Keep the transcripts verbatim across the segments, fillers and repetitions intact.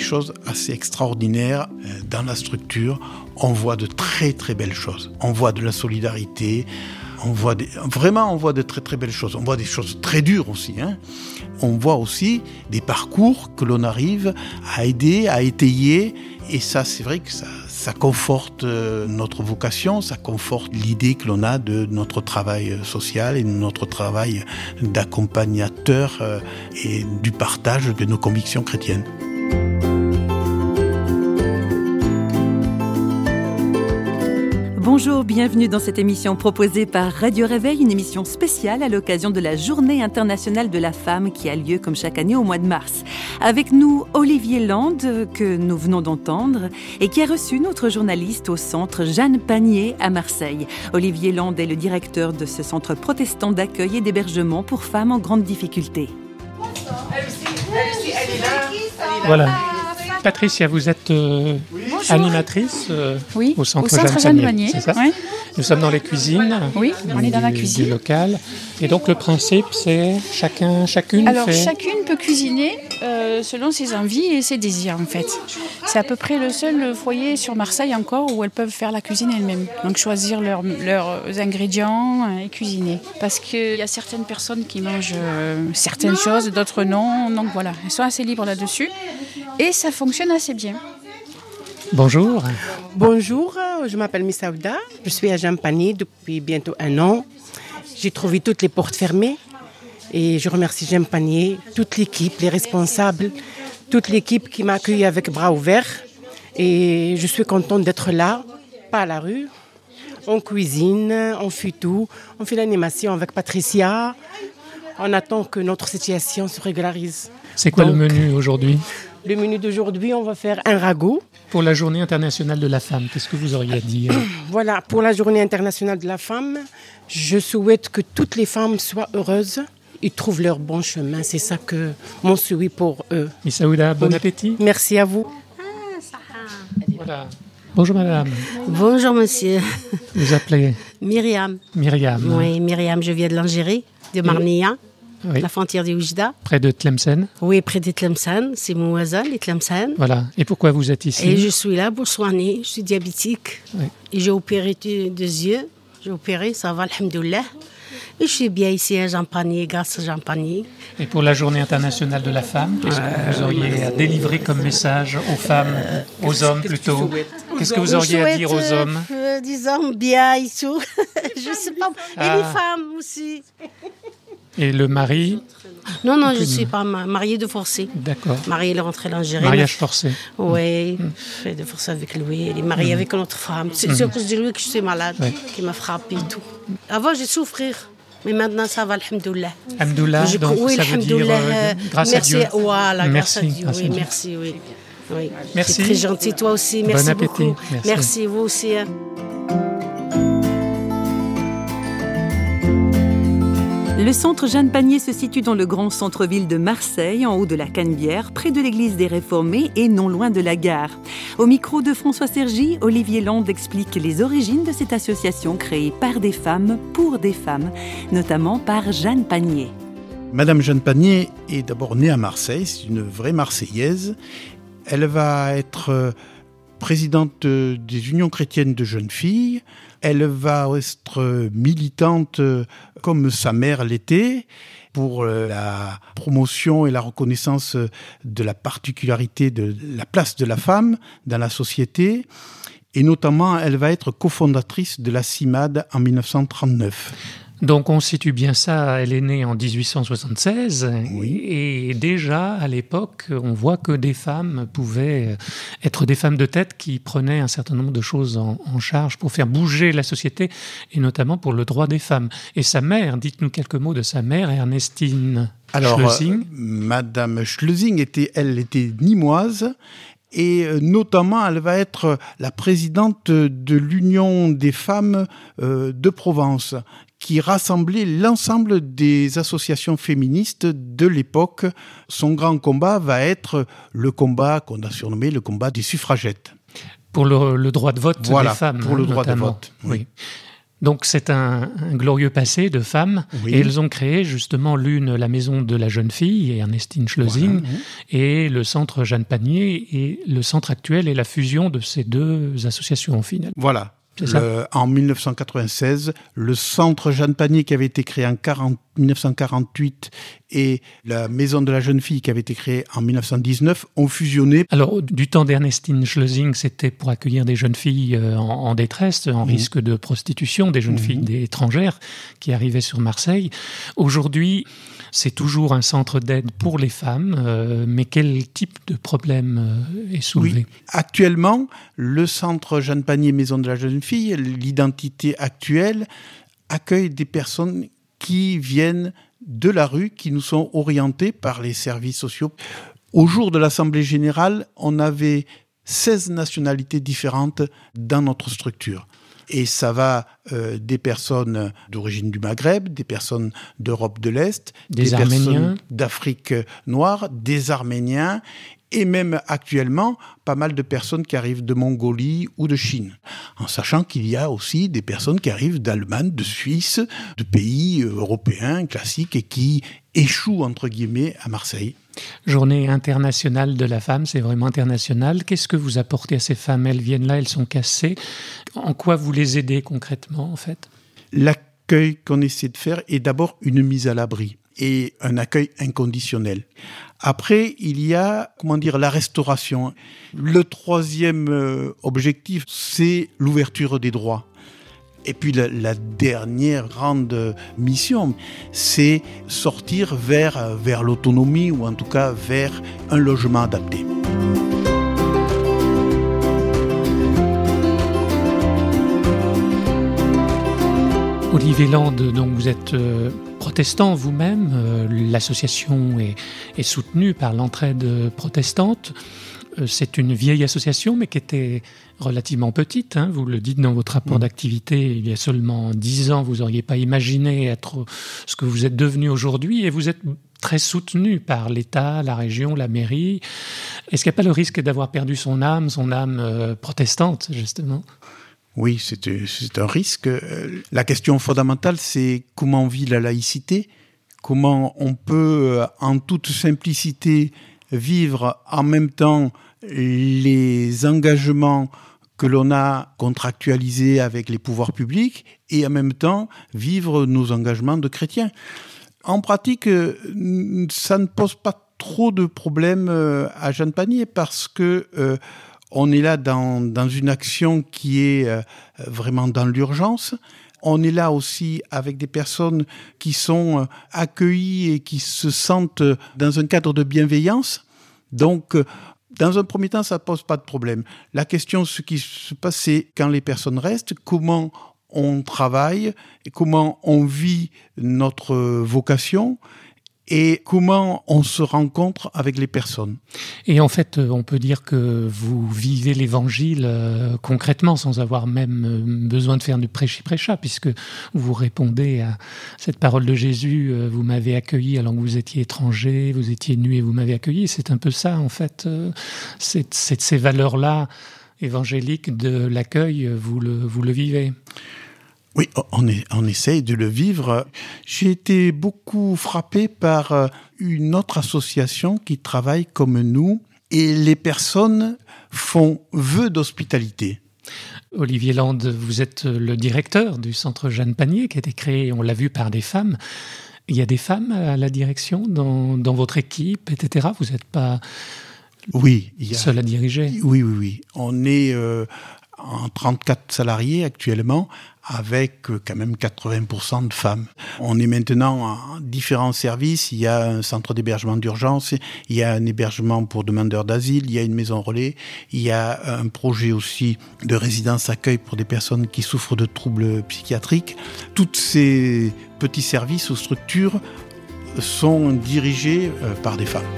choses assez extraordinaires dans la structure. On voit de très très belles choses. On voit de la solidarité. On voit des, vraiment, on voit de très très belles choses. On voit des choses très dures aussi. Hein. On voit aussi des parcours que l'on arrive à aider, à étayer. Et ça, c'est vrai que ça, ça conforte notre vocation, ça conforte l'idée que l'on a de notre travail social et de notre travail d'accompagnateur et du partage de nos convictions chrétiennes. Bonjour, bienvenue dans cette émission proposée par Radio Réveil, une émission spéciale à l'occasion de la Journée internationale de la femme qui a lieu comme chaque année au mois de mars. Avec nous, Olivier Land, que nous venons d'entendre, et qui a reçu notre journaliste au centre Jeanne Panier à Marseille. Olivier Land est le directeur de ce centre protestant d'accueil et d'hébergement pour femmes en grande difficulté. Elle aussi, elle aussi, elle est là. Elle est là. Voilà. Patricia, vous êtes euh, animatrice euh, oui, au centre, au centre Jeanne Panier, Panier, c'est ça ouais. Nous sommes dans les cuisines. Oui, on est dans la du, cuisine. Du local. Et donc le principe, c'est chacun, chacune Alors fait... chacune peut cuisiner euh, selon ses envies et ses désirs en fait. C'est à peu près le seul foyer sur Marseille encore où elles peuvent faire la cuisine elles-mêmes. Donc choisir leur, leurs ingrédients et cuisiner. Parce qu'il y a certaines personnes qui mangent euh, certaines choses, d'autres non. Donc voilà, elles sont assez libres là-dessus. Et ça fonctionne assez bien. Bonjour. Bonjour, je m'appelle Miss Aouda. Je suis à Jeanne Panier depuis bientôt un an. J'ai trouvé toutes les portes fermées. Et je remercie Jeanne Panier, toute l'équipe, les responsables, toute l'équipe qui m'a accueilli avec bras ouverts. Et je suis contente d'être là, pas à la rue. On cuisine, on fait tout. On fait l'animation avec Patricia. On attend que notre situation se régularise. C'est quoi Donc, le menu aujourd'hui ? Le menu d'aujourd'hui, on va faire un ragoût. Pour la Journée internationale de la femme, qu'est-ce que vous auriez à dire ? Voilà, pour la Journée internationale de la femme, je souhaite que toutes les femmes soient heureuses et trouvent leur bon chemin. C'est ça que mon souhait pour eux. Miss Aouda, bon oui. appétit. Merci à vous. Voilà. Bonjour madame. Bonjour monsieur. Vous appelez Myriam. Myriam. Oui, Myriam, je viens de l'Algérie, de Marnia. Oui. La frontière de Oujda. Près de Tlemcen. Oui, près de Tlemcen. C'est mon voisin, les Tlemcen. Voilà. Et pourquoi vous êtes ici ? Et je suis là pour soigner. Je suis diabétique. Oui. Et j'ai opéré deux, deux yeux. J'ai opéré, ça va, alhamdoulilah. Et je suis bien ici à Jeanne Panier, grâce à Jeanne Panier. Et pour la Journée internationale de la femme, qu'est-ce que vous auriez à délivrer comme message aux femmes, aux hommes plutôt ? Qu'est-ce que vous auriez à dire aux hommes ? euh, Des hommes bien et tout. Je ne sais pas. Et ah. les femmes aussi. Et le mari ? Non, non, je ne suis pas mariée de forcé. D'accord. Mariée, il est rentré en Algérie. Mariage forcé. Oui, mmh. fait de force avec lui. Il est marié mmh. avec une autre femme. C'est mmh. à cause de lui que je suis malade, ouais. qui m'a frappé et tout. Avant, j'ai souffrir. Mais maintenant, ça va, alhamdoulilah. Alhamdoulilah, je, donc oui, ça veut dire euh, grâce merci, à Dieu. Voilà, merci, grâce à Dieu. grâce oui, à Dieu. merci, oui. oui. Merci. C'est très gentil, toi aussi. Merci bon appétit. beaucoup. Merci. Merci, vous aussi. Hein. Le centre Jeanne Panier se situe dans le grand centre-ville de Marseille, en haut de la Canebière, près de l'église des Réformés et non loin de la gare. Au micro de François Sergi, Olivier Land explique les origines de cette association créée par des femmes pour des femmes, notamment par Jeanne Panier. Madame Jeanne Panier est d'abord née à Marseille, c'est une vraie Marseillaise. Elle va être présidente des unions chrétiennes de jeunes filles. Elle va être militante comme sa mère l'était pour la promotion et la reconnaissance de la particularité de la place de la femme dans la société. Et notamment, elle va être cofondatrice de la CIMAD en dix-neuf cent trente-neuf. Donc on situe bien ça, elle est née en dix-huit cent soixante-seize, oui. Et déjà à l'époque, on voit que des femmes pouvaient être des femmes de tête qui prenaient un certain nombre de choses en, en charge pour faire bouger la société, et notamment pour le droit des femmes. Et sa mère, dites-nous quelques mots de sa mère, Ernestine Alors, Schleusing. Euh, Madame Schleusing, était, elle était nîmoise. Et notamment, elle va être la présidente de l'Union des femmes de Provence, qui rassemblait l'ensemble des associations féministes de l'époque. Son grand combat va être le combat qu'on a surnommé le combat des suffragettes. Pour le, le droit de vote voilà, des femmes. pour le droit notamment. de vote. Oui. oui. Donc c'est un, un glorieux passé de femmes. Oui. Et elles ont créé justement l'une la maison de la jeune fille, Ernestine Schleusing, voilà, oui. et le centre Jeanne Panier. Et le centre actuel est la fusion de ces deux associations au final. Voilà. Le, en dix-neuf cent quatre-vingt-seize, le centre Jeanne Panier qui avait été créé en dix-neuf cent quarante-huit et la maison de la jeune fille qui avait été créée en dix-neuf cent dix-neuf ont fusionné. Alors, du temps d'Ernestine Schleusing, c'était pour accueillir des jeunes filles en, en détresse, en mmh. risque de prostitution, des jeunes mmh. filles étrangères qui arrivaient sur Marseille. Aujourd'hui, c'est toujours un centre d'aide pour les femmes, euh, mais quel type de problème euh, est soulevé ? Oui. Actuellement, le centre Jeanne Panier, maison de la jeune fille, l'identité actuelle, accueille des personnes qui viennent de la rue, qui nous sont orientées par les services sociaux. Au jour de l'Assemblée générale, on avait seize nationalités différentes dans notre structure. Et ça va euh, des personnes d'origine du Maghreb, des personnes d'Europe de l'Est, des, des Arméniens, personnes d'Afrique noire, des Arméniens, et même actuellement, pas mal de personnes qui arrivent de Mongolie ou de Chine. En sachant qu'il y a aussi des personnes qui arrivent d'Allemagne, de Suisse, de pays européens classiques et qui échouent, entre guillemets, à Marseille. Journée internationale de la femme, c'est vraiment international. Qu'est-ce que vous apportez à ces femmes ? Elles viennent là, elles sont cassées. En quoi vous les aidez concrètement, en fait ? L'accueil qu'on essaie de faire est d'abord une mise à l'abri et un accueil inconditionnel. Après, il y a, comment dire, la restauration. Le troisième objectif, c'est l'ouverture des droits. Et puis la, la dernière grande mission, c'est sortir vers, vers l'autonomie ou en tout cas vers un logement adapté. Olivier Land, donc vous êtes euh, protestant vous-même, euh, l'association est, est soutenue par l'entraide protestante. Euh, c'est une vieille association, mais qui était relativement petite. Hein, vous le dites dans votre rapport mmh. d'activité, il y a seulement dix ans, vous n'auriez pas imaginé être ce que vous êtes devenu aujourd'hui, et vous êtes très soutenu par l'État, la région, la mairie. Est-ce qu'il n'y a pas le risque d'avoir perdu son âme, son âme euh, protestante, justement ? Oui, c'est, c'est un risque. La question fondamentale, c'est comment vit la laïcité, comment on peut, en toute simplicité, vivre en même temps les engagements que l'on a contractualisés avec les pouvoirs publics et en même temps vivre nos engagements de chrétiens. En pratique, ça ne pose pas trop de problèmes à Jeanne Panier parce que euh, on est là dans, dans une action qui est euh, vraiment dans l'urgence. On est là aussi avec des personnes qui sont euh, accueillies et qui se sentent dans un cadre de bienveillance. Donc, euh, dans un premier temps, ça ne pose pas de problème. La question, ce qui se passe, c'est quand les personnes restent, comment on travaille, et comment on vit notre vocation et comment on se rencontre avec les personnes. Et en fait, on peut dire que vous vivez l'évangile euh, concrètement, sans avoir même euh, besoin de faire du prêchi-prêcha, puisque vous répondez à cette parole de Jésus, euh, vous m'avez accueilli alors que vous étiez étranger, vous étiez nu et vous m'avez accueilli. C'est un peu ça, en fait. Euh, c'est, c'est ces valeurs-là évangéliques de l'accueil, vous le, vous le vivez. Oui, on, est, on essaye de le vivre. J'ai été beaucoup frappé par une autre association qui travaille comme nous et les personnes font vœu d'hospitalité. Olivier Land, vous êtes le directeur du centre Jeanne Panier qui a été créé, on l'a vu, par des femmes. Il y a des femmes à la direction dans, dans votre équipe, et cetera. Vous n'êtes pas oui, il y a, seul à diriger. Oui, oui, oui. On est euh, en trente-quatre salariés actuellement, avec quand même quatre-vingts pour cent de femmes. On est maintenant en différents services. Il y a un centre d'hébergement d'urgence, il y a un hébergement pour demandeurs d'asile, il y a une maison relais, il y a un projet aussi de résidence accueil pour des personnes qui souffrent de troubles psychiatriques. Tous ces petits services ou structures sont dirigés par des femmes.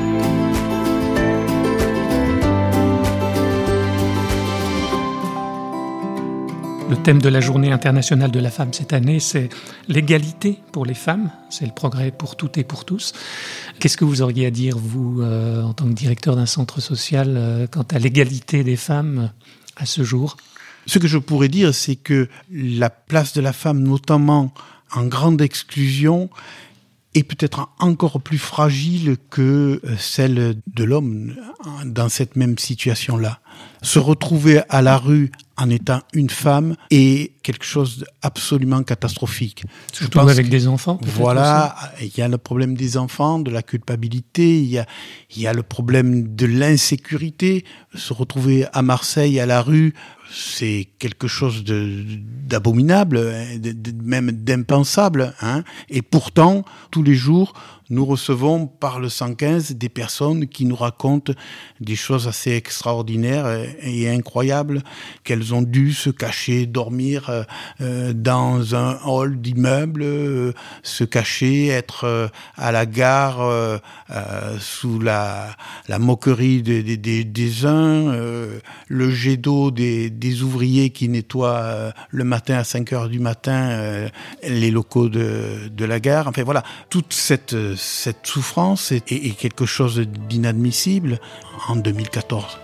Le thème de la Journée internationale de la femme cette année, c'est l'égalité pour les femmes, c'est le progrès pour toutes et pour tous. Qu'est-ce que vous auriez à dire, vous, euh, en tant que directeur d'un centre social, euh, quant à l'égalité des femmes euh, à ce jour ? Ce que je pourrais dire, c'est que la place de la femme, notamment en grande exclusion, est peut-être encore plus fragile que celle de l'homme dans cette même situation-là. Se retrouver à la rue en étant une femme est quelque chose d'absolument catastrophique. Surtout avec des enfants. Voilà, il y a le problème des enfants, de la culpabilité, il y a, il y a le problème de l'insécurité. Se retrouver à Marseille à la rue, c'est quelque chose de, d'abominable, de, de, même d'impensable, hein. Et pourtant, tous les jours, nous recevons par le cent quinze des personnes qui nous racontent des choses assez extraordinaires et incroyables, qu'elles ont dû se cacher, dormir euh, dans un hall d'immeuble, euh, se cacher, être euh, à la gare euh, euh, sous la, la moquerie des, des, des, des uns, euh, le jet d'eau des, des ouvriers qui nettoient euh, le matin à cinq heures du matin euh, les locaux de, de la gare. Enfin voilà, toute cette cette souffrance est, est, est quelque chose d'inadmissible en deux mille quatorze.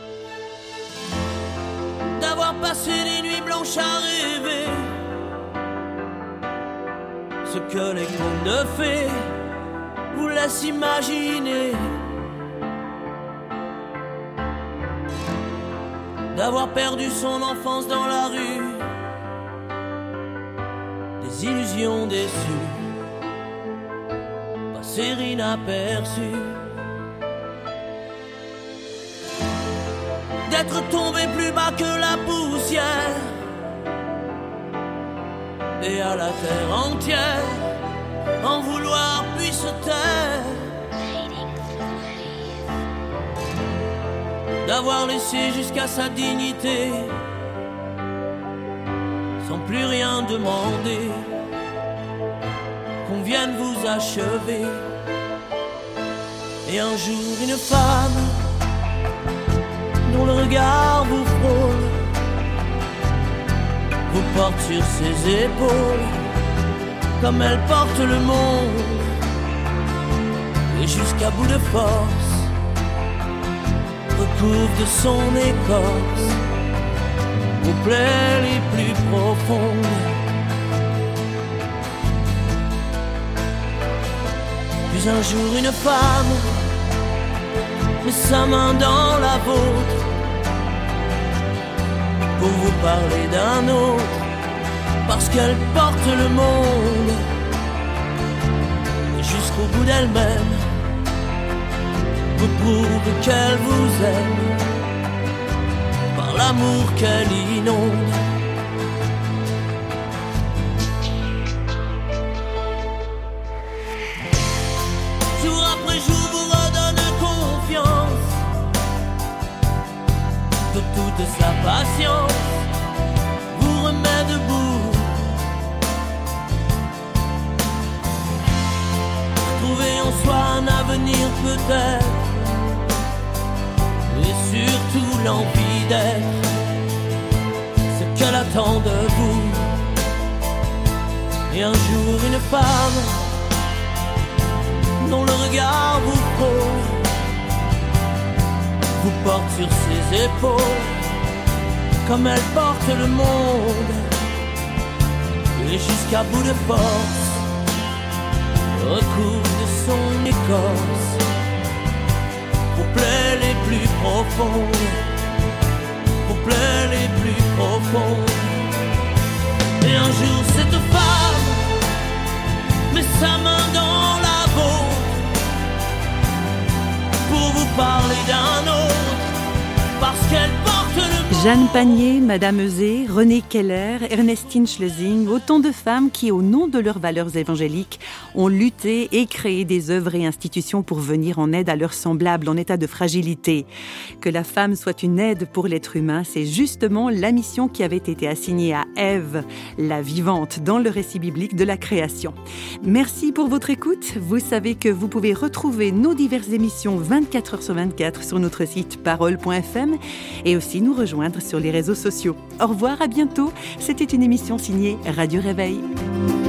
D'avoir passé des nuits blanches à rêver ce que les contes de fées vous laissent imaginer. D'avoir perdu son enfance dans la rue, des illusions déçues, passer inaperçu, d'être tombé plus bas que la poussière et à la terre entière en vouloir puis se taire. D'avoir laissé jusqu'à sa dignité sans plus rien demander, qu'on vienne vous achever. Et un jour une femme dont le regard vous frôle vous porte sur ses épaules comme elle porte le monde, et jusqu'à bout de force recouvre de son écorce vos plaies les plus profondes. Puis un jour une femme met sa main dans la vôtre pour vous parler d'un autre, parce qu'elle porte le monde, et jusqu'au bout d'elle-même vous prouve qu'elle vous aime par l'amour qu'elle inonde. Jour après jour vous redonne confiance de toute sa patience, vous remet debout, trouver en soi un avenir peut-être, et surtout l'envie d'être ce qu'elle attend de vous. Et un jour une femme dont le regard vous frôle vous porte sur ses épaules comme elle porte le monde, et jusqu'à bout de force recouvre de son écorce vos plaies les plus profondes, vos plaies les plus profondes. Et un jour cette femme met sa main dans la vôtre pour vous parler d'un autre, parce qu'elle porte le monde. Jeanne Panier, Madame Euzet, Renée Keller, Ernestine Schlesing, autant de femmes qui, au nom de leurs valeurs évangéliques, ont lutté et créé des œuvres et institutions pour venir en aide à leurs semblables en état de fragilité. Que la femme soit une aide pour l'être humain, c'est justement la mission qui avait été assignée à Ève, la vivante, dans le récit biblique de la création. Merci pour votre écoute. Vous savez que vous pouvez retrouver nos diverses émissions vingt-quatre heures sur vingt-quatre sur notre site parole point f m et aussi nous rejoindre sur les réseaux sociaux. Au revoir, à bientôt. C'était une émission signée Radio Réveil.